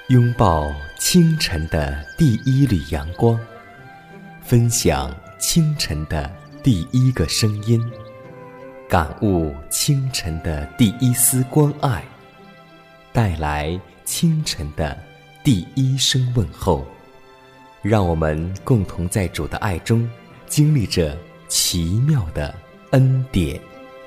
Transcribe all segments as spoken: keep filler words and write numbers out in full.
拥抱清晨的第一缕阳光，分享清晨的第一个声音，感悟清晨的第一丝关爱，带来清晨的第一声问候。让我们共同在主的爱中经历着奇妙的恩典。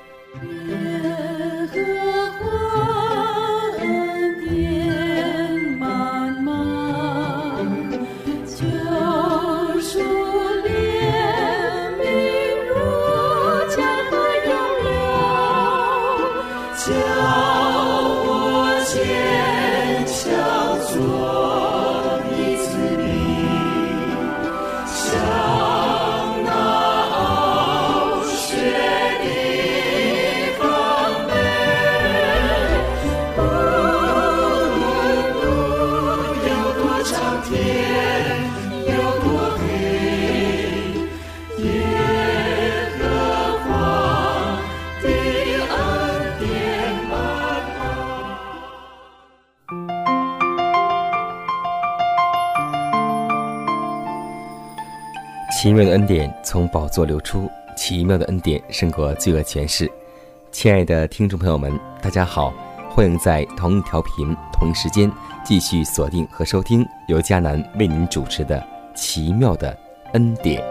奇妙的恩典从宝座流出，奇妙的恩典胜过罪恶权势。亲爱的听众朋友们，大家好，欢迎在同一调频同一时间继续锁定和收听由迦南为您主持的奇妙的恩典。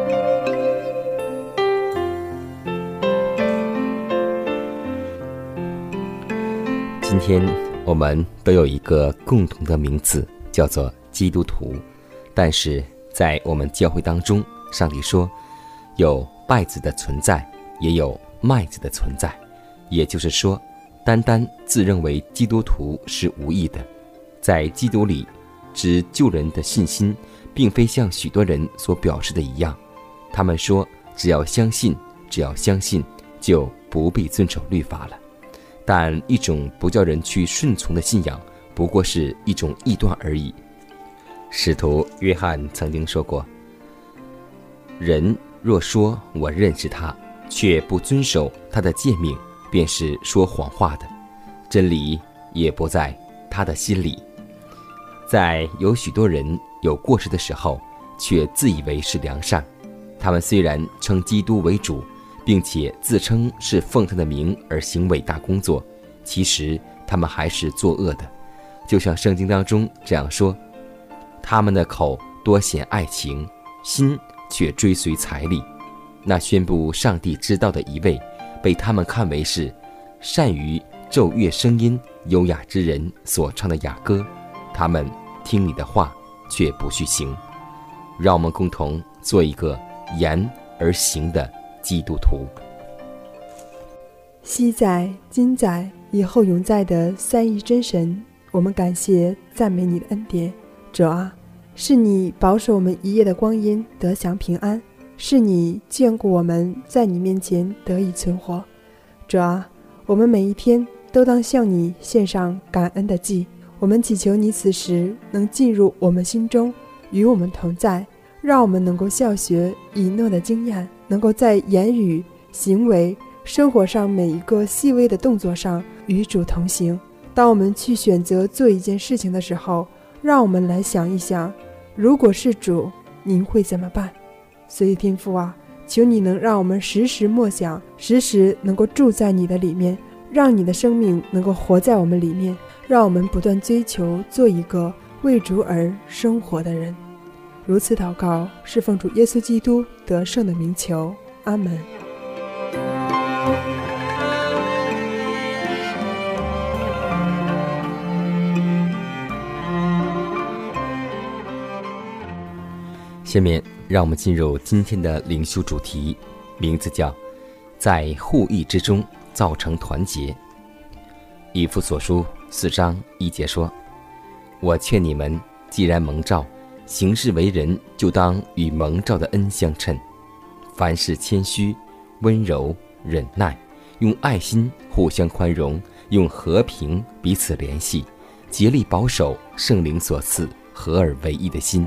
今天我们都有一个共同的名字，叫做基督徒，但是在我们教会当中，上帝说有稗子的存在，也有麦子的存在，也就是说单单自认为基督徒是无益的。在基督里只救人的信心并非像许多人所表示的一样，他们说只要相信只要相信就不必遵守律法了。但一种不叫人去顺从的信仰不过是一种异端而已。使徒约翰曾经说过，人若说我认识他，却不遵守他的诫命，便是说谎话的，真理也不在他的心里。在有许多人有过失的时候，却自以为是良善，他们虽然称基督为主，并且自称是奉他的名而行伟大工作，其实他们还是作恶的。就像圣经当中这样说，他们的口多显爱情，心却追随财力。那宣布上帝之道的一位，被他们看为是善于奏乐声音优雅之人所唱的雅歌，他们听你的话却不去行。让我们共同做一个言而行的基督徒。 昔在今在以后永在的三一真神，我们感谢赞美你的恩典。主啊，是你保守我们一夜的光阴得享平安，是你眷顾我们在你面前得以存活。主啊，我们每一天都当向你献上感恩的祭。我们祈求你此时能进入我们心中，与我们同在，让我们能够效学以诺的经验，能够在言语、行为、生活上每一个细微的动作上与主同行。当我们去选择做一件事情的时候，让我们来想一想，如果是主，您会怎么办？所以天父啊，求你能让我们时时默想，时时能够住在你的里面，让你的生命能够活在我们里面，让我们不断追求做一个为主而生活的人。如此祷告，是奉主耶稣基督得胜的名求，阿门。 下面让我们进入今天的灵修主题，名字叫在互益之中造成团结。以弗所书四章一节说，我劝你们，既然蒙召，行事为人就当与蒙召的恩相称，凡事谦虚温柔忍耐，用爱心互相宽容，用和平彼此联系，竭力保守圣灵所赐合而为一的心。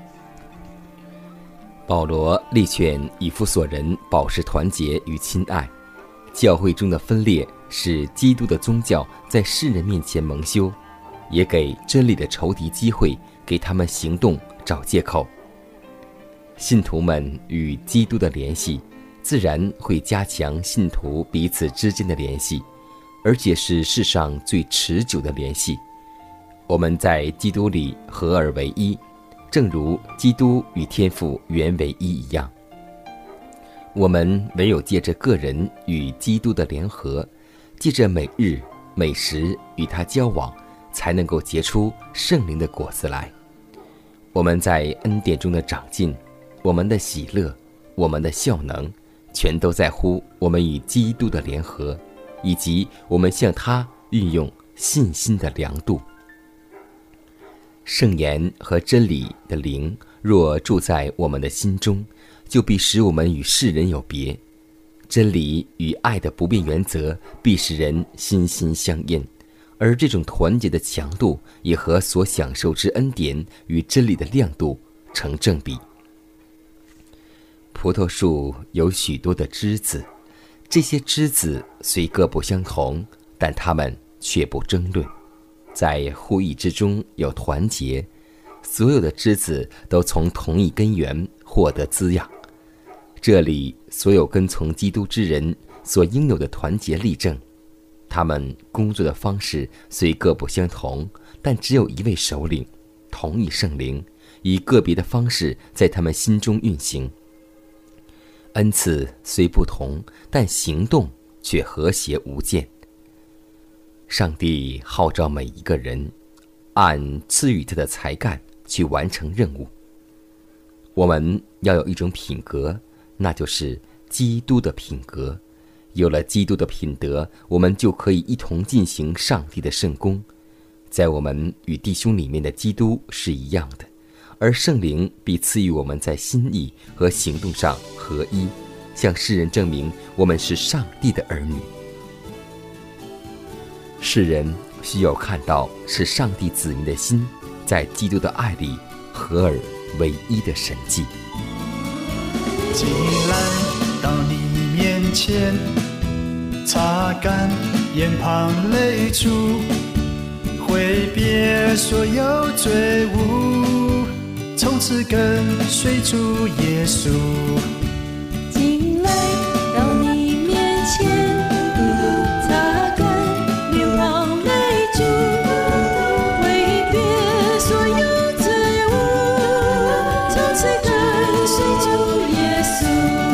保罗力劝以弗所人保持团结与亲爱。教会中的分裂使基督的宗教在世人面前蒙羞， 也给真理的仇敌机会，给他们行动找借口。信徒们与基督的联系，自然会加强信徒彼此之间的联系，而且是世上最持久的联系。我们在基督里合而为一，正如基督与天父原为一一样。我们唯有借着个人与基督的联合，借着每日每时与他交往，才能够结出圣灵的果子来。我们在恩典中的长进，我们的喜乐，我们的效能，全都在乎我们与基督的联合，以及我们向他运用信心的量度。圣言和真理的灵若住在我们的心中，就必使我们与世人有别。真理与爱的不变原则必使人心心相印，而这种团结的强度也和所享受之恩典与真理的亮度成正比。葡萄树有许多的枝子，这些枝子虽各不相同，但它们却不争论，在互益之中有团结，所有的枝子都从同一根源获得滋养。这里所有跟从基督之人所应有的团结例证，他们工作的方式虽各不相同，但只有一位首领，同一圣灵，以个别的方式在他们心中运行。恩赐虽不同，但行动却和谐无间。上帝号召每一个人按赐予他的才干去完成任务。我们要有一种品格，那就是基督的品格。有了基督的品德，我们就可以一同进行上帝的圣工。在我们与弟兄里面的基督是一样的，而圣灵必赐予我们在心意和行动上合一，向世人证明我们是上帝的儿女。世人需要看到是上帝子民的心在基督的爱里合而为一的神迹。 进来到你面前，擦干眼旁泪珠，挥别所有罪恶，从此跟随主耶稣。 进来到你面前，擦干脸庞泪珠，挥别所有罪恶，从此跟随主耶稣。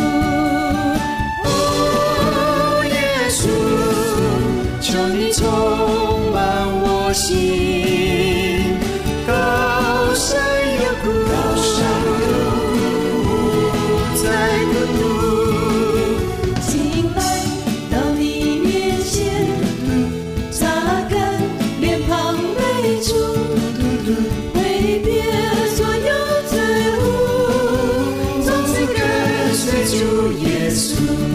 哦，耶稣，求你充满我心，高山有谷，高山有谷，在孤独。进来到你面前，擦干脸庞泪珠，挥别所有罪恶，从此跟随主耶稣。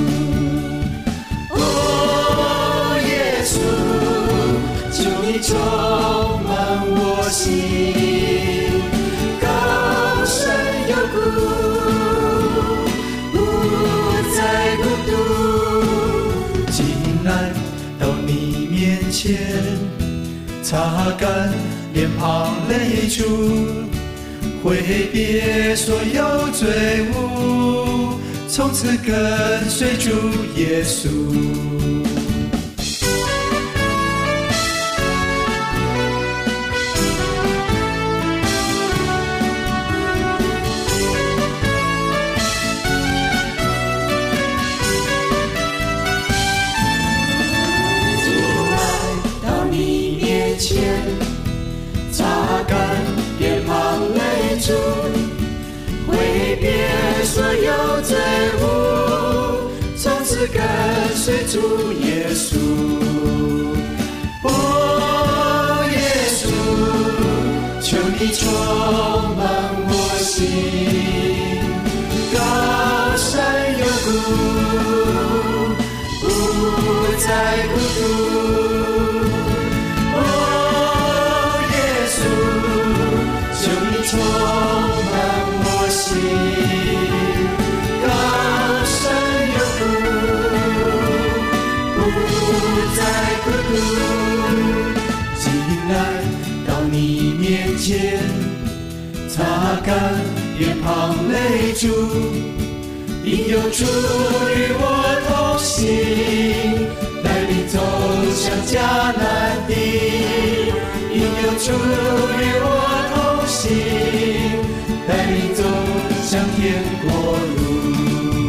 哦，耶稣，求你充满我心，高山有谷，不再孤独。 进来到你面前，擦干脸庞泪珠，挥别所有罪恶，从此跟随主耶稣。擦干脸庞泪珠，挥别所有罪恶，从此跟随主耶稣。哦，耶稣，求你充满我心，高山有谷，不再孤独。充满我心，高山有谷，不再孤独。进来擦干眼旁泪珠，因有主与我同行，带领走向迦南地。因有主与我同行，带领走向天国路。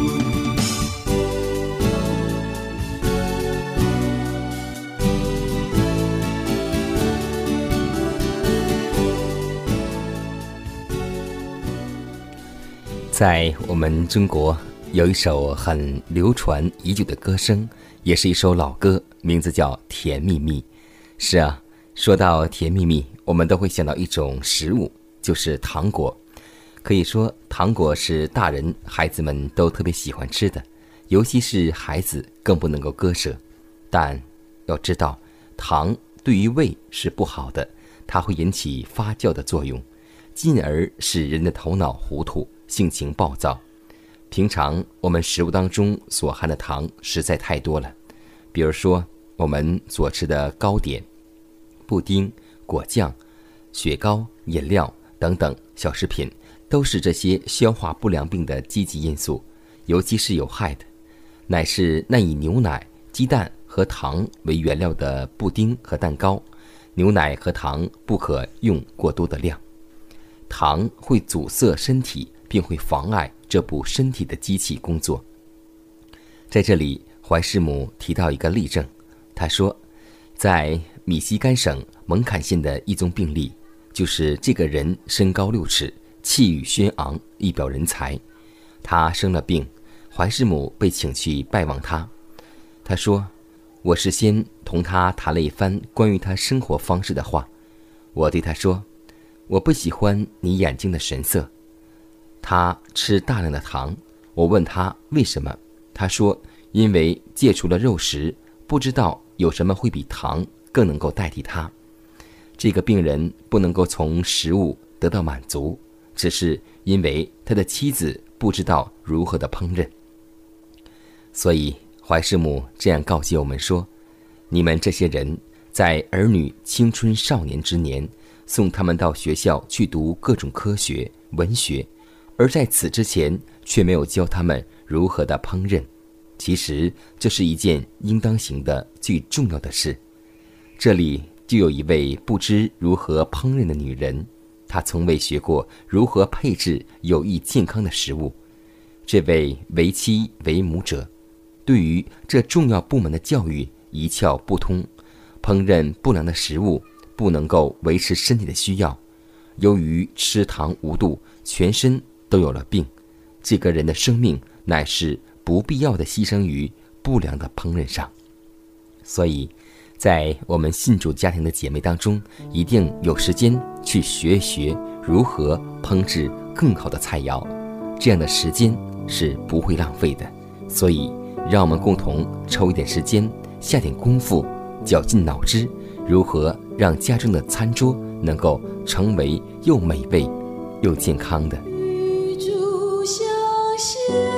在我们中国有一首很流传已久的歌声，也是一首老歌，名字叫《甜蜜蜜》。是啊，说到甜蜜蜜，我们都会想到一种食物，就是糖果。可以说糖果是大人孩子们都特别喜欢吃的，尤其是孩子更不能够割舍。但要知道，糖对于胃是不好的，它会引起发酵的作用，进而使人的头脑糊涂，性情暴躁。平常我们食物当中所含的糖实在太多了，比如说我们所吃的糕点、布丁、果酱、雪糕、饮料等等小食品，都是这些消化不良病的积极因素，尤其是有害的。乃是那以牛奶、鸡蛋和糖为原料的布丁和蛋糕，牛奶和糖不可用过多的量。糖会阻塞身体，并会妨碍这部身体的机器工作。在这里，怀师母提到一个例证，他说，在米西干省蒙坎县的一宗病例，就是这个人身高六尺，气宇轩昂，一表人才。他生了病，怀师母被请去拜望他。他说，我事先同他谈了一番关于他生活方式的话。我对他说，我不喜欢你眼睛的神色。他吃大量的糖，我问他为什么，他说因为戒除了肉食，不知道有什么会比糖更能够代替他。这个病人不能够从食物得到满足，只是因为他的妻子不知道如何的烹饪。所以怀师母这样告诫我们说，你们这些人在儿女青春少年之年，送他们到学校去读各种科学、文学，而在此之前却没有教他们如何的烹饪，其实这是一件应当行的最重要的事。这里就有一位不知如何烹饪的女人，她从未学过如何配置有益健康的食物。这位为妻为母者，对于这重要部门的教育一窍不通，烹饪不良的食物不能够维持身体的需要，由于吃糖无度，全身都有了病，这个人的生命乃是不必要的牺牲于不良的烹饪上。所以在我们信主家庭的姐妹当中，一定有时间去学一学如何烹制更好的菜肴，这样的时间是不会浪费的。所以让我们共同抽一点时间，下点功夫，绞尽脑汁，如何让家中的餐桌能够成为又美味又健康的。 与主相携，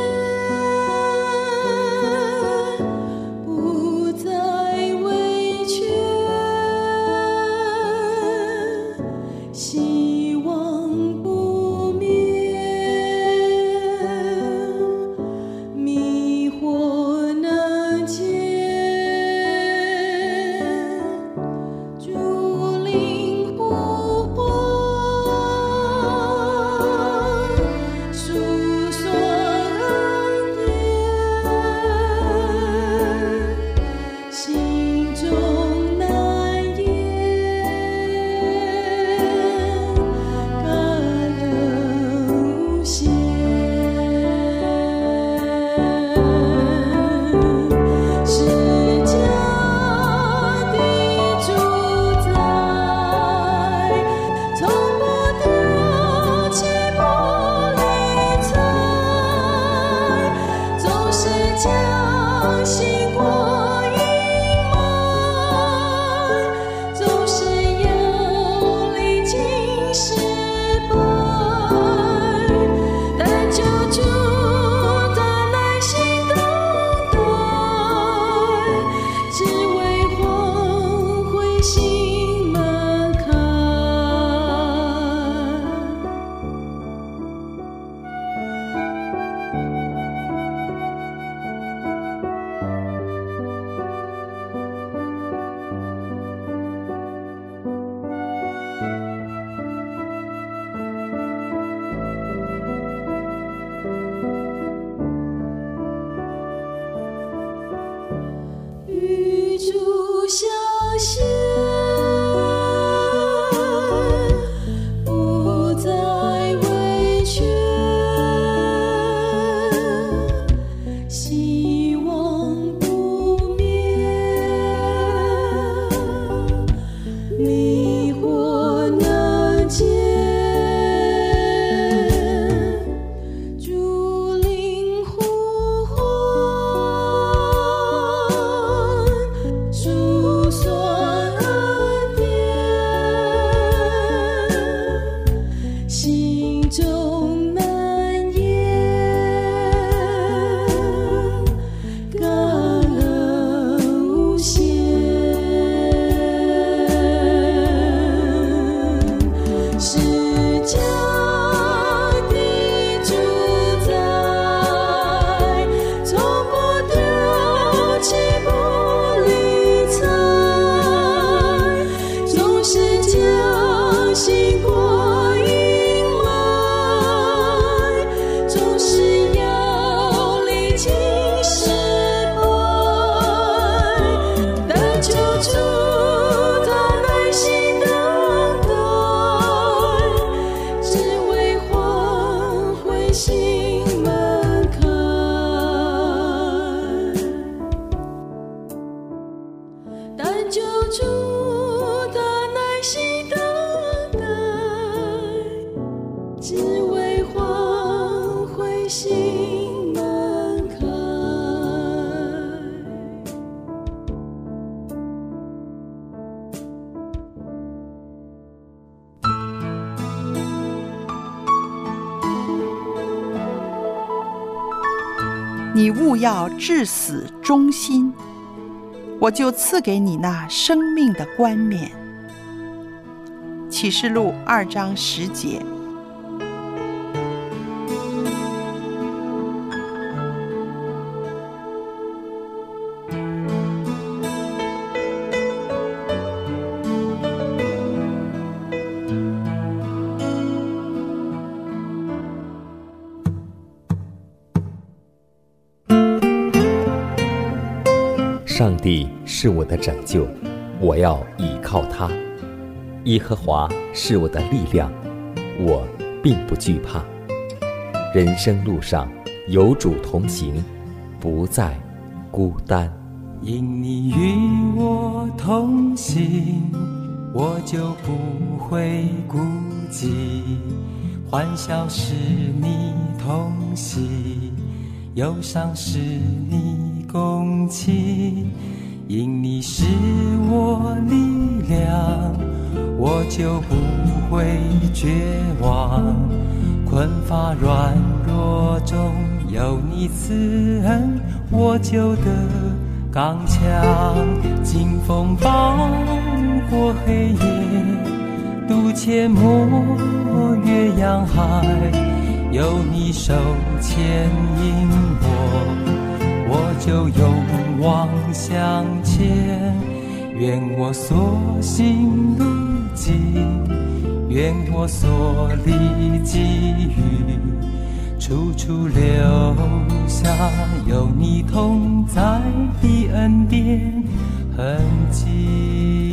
不再委屈，希望不灭，迷惑难解，主灵呼唤，诉说中难言，感恩无限。是家的主宰，从不丢弃不理睬，总是将心过阴霾，总是要历经失败，但求主他耐心等待，只为换回心门开。但求主他耐心等待，只为换回心门开。 你务要至死忠心，我就赐给你那生命的冠冕。启示录二章十节。 上帝是我的拯救，我要倚靠他。耶和华是我的力量，我并不惧怕。人生路上有主同行，不再孤单。 因你与我同行，我就不会孤寂。欢笑是你同喜，忧伤是你共泣。因你是我力量，我就不会绝望。困乏软弱中有你慈恩，我就得刚强。经风暴过黑夜，渡阡陌越洋海，有你手牵引我，我就勇往向前。愿我所行路径，愿我所立给予，处处留下有你同在的恩典痕迹。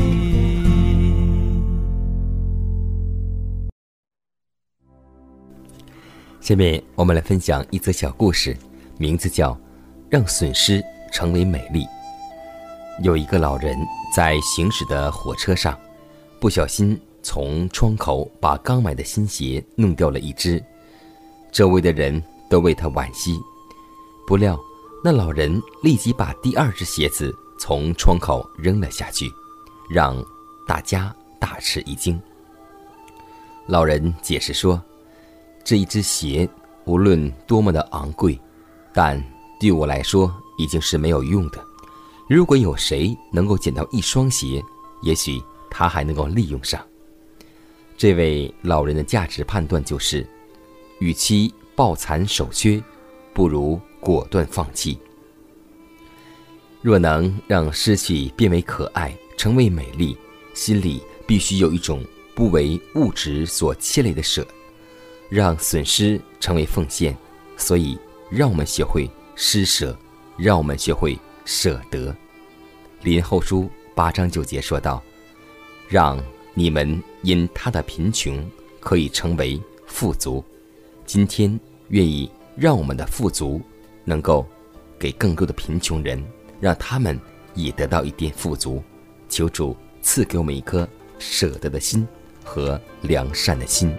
下面我们来分享一则小故事，名字叫让损失成为美丽。有一个老人在行驶的火车上，不小心从窗口把刚买的新鞋弄掉了一只，周围的人都为他惋惜。不料那老人立即把第二只鞋子从窗口扔了下去，让大家大吃一惊。老人解释说，这一只鞋无论多么的昂贵，但对我来说已经是没有用的。如果有谁能够捡到一双鞋，也许他还能够利用上。这位老人的价值判断就是，与其抱残守缺，不如果断放弃。若能让失去变为可爱，成为美丽，心里必须有一种不为物质所牵累的舍，让损失成为奉献。所以让我们学会施舍，让我们学会舍得。林后书八章九节说道，让你们因他的贫穷可以成为富足。今天愿意让我们的富足能够给更多的贫穷人，让他们也得到一点富足。求主赐给我们一颗舍得的心和良善的心。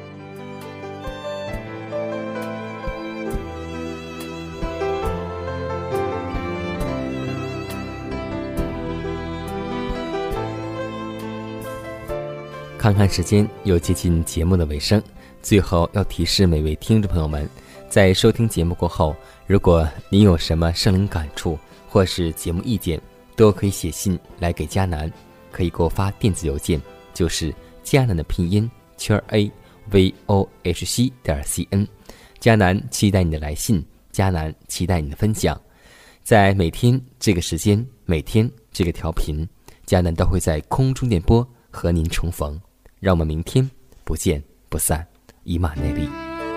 看看时间，又接近节目的尾声。 最后要提示每位听众朋友们，在收听节目过后，如果您有什么圣灵感触或是节目意见，都可以写信来给迦南，可以给我发电子邮件，就是迦南的拼音圈 a v o h c 点 c n。迦南期待你的来信，迦南期待你的分享。在每天这个时间，每天这个调频，迦南都会在空中电波和您重逢。让我们明天不见不散，以马内利。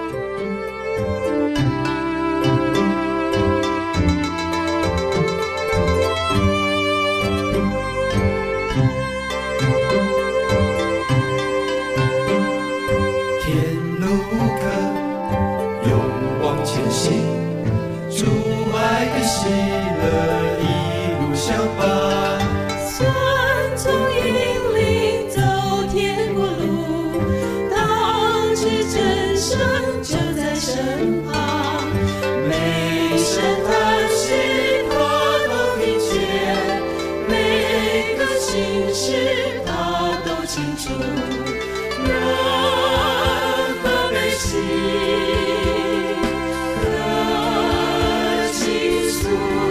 天路可勇往前行，主爱的喜乐一路相伴， 山中引领走天国路，当知真神就在身旁，每声叹息他都听见，每个心事他都清楚，任何悲喜可倾诉，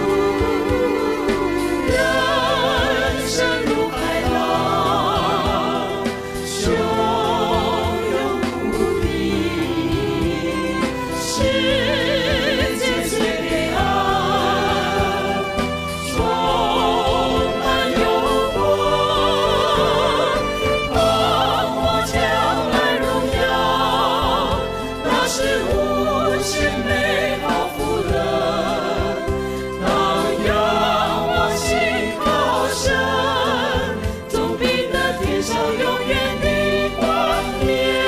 人生如海浪，汹涌无比，世界最黑暗，充满诱惑，盼望将来荣耀，那是无限美好福乐。当仰望信靠神，总比那天上永远的光明。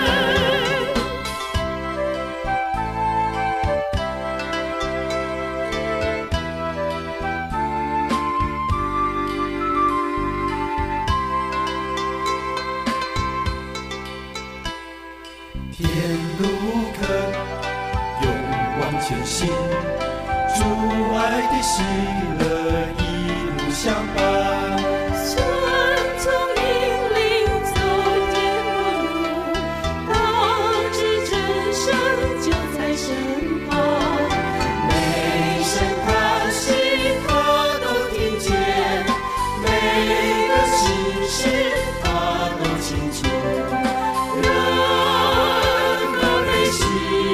天路可勇往前行，主爱的喜乐一路相伴， 山中引领走天国路，当知真神就在身旁，每声叹息他都听见，每个心事他都清楚，任何悲喜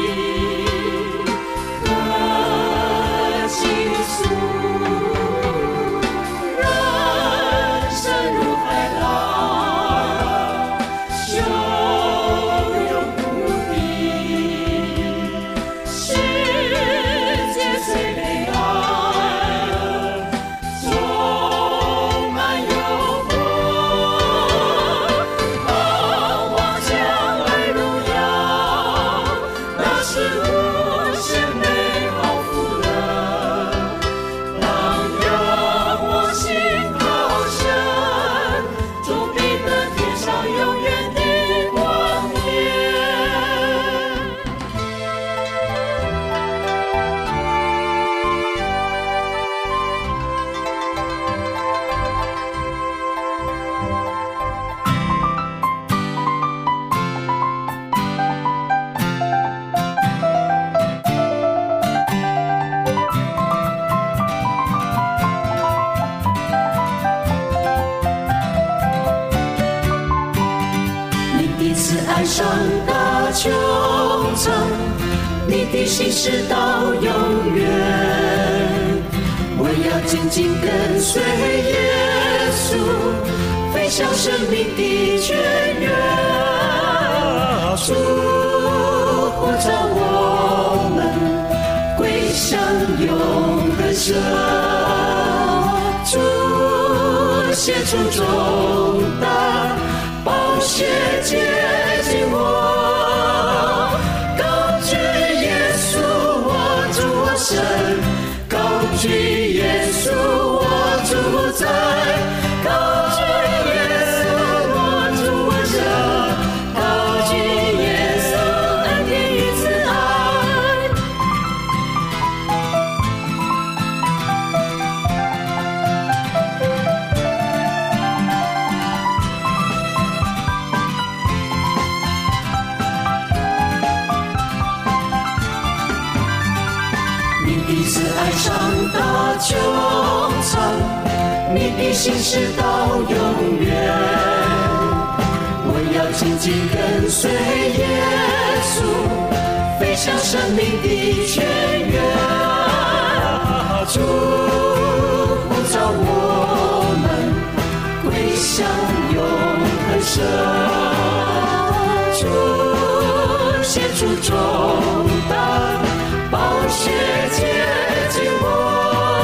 可倾诉，人生如海浪，汹涌无比，世界最黑暗，充满诱惑，盼望将来荣耀，那是无限美好福乐。当仰望信靠神，总比那天上永远的光明。你第一次爱上大穹苍，你的心事到永远。我要紧紧跟随耶稣，飞向生命的泉源。主呼召我们归向永恒神，主写出重担，宝血洁净我，高举耶稣我主我神，高举耶稣我主宰，高举耶稣我主我神，高举耶稣恩典与慈爱。 次爱上大穹苍，你的心事到永远。我要紧紧跟随耶稣，飞向生命的泉源。主呼召我们归向永恒神，主卸除重担，宝血洁净我。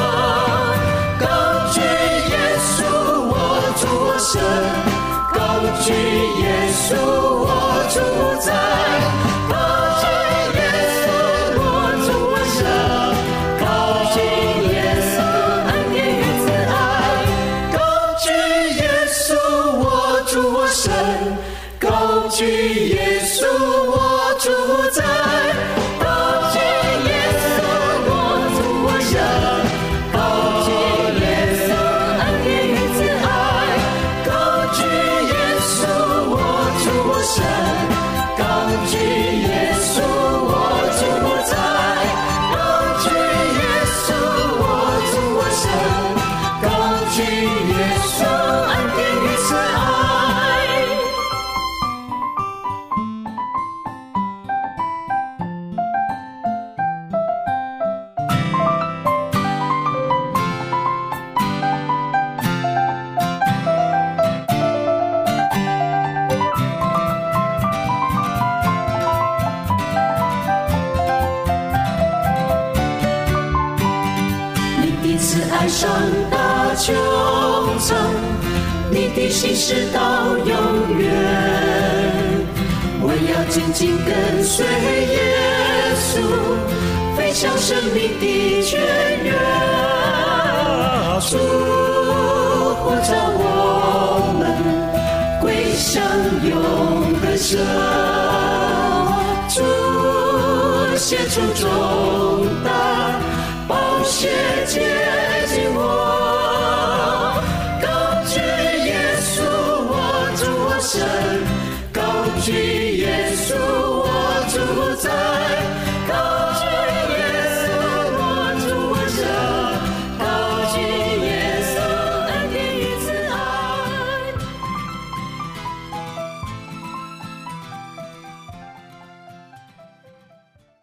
高举耶稣我主神，高举耶稣我主宰，高举耶稣我主神，高举耶稣恩典与慈爱，高举耶稣我主神，高举耶稣我主宰，高举耶稣我主神，高举耶稣恩典与慈爱，高举耶稣我主神，高举耶稣我主宰，高举耶稣我主神，高举耶稣恩典与慈爱。你的慈爱上大穹苍，你的心事到永远。我要紧紧跟随耶稣，飞向生命的泉源。主呼召我们归向永恒神，主卸除重担，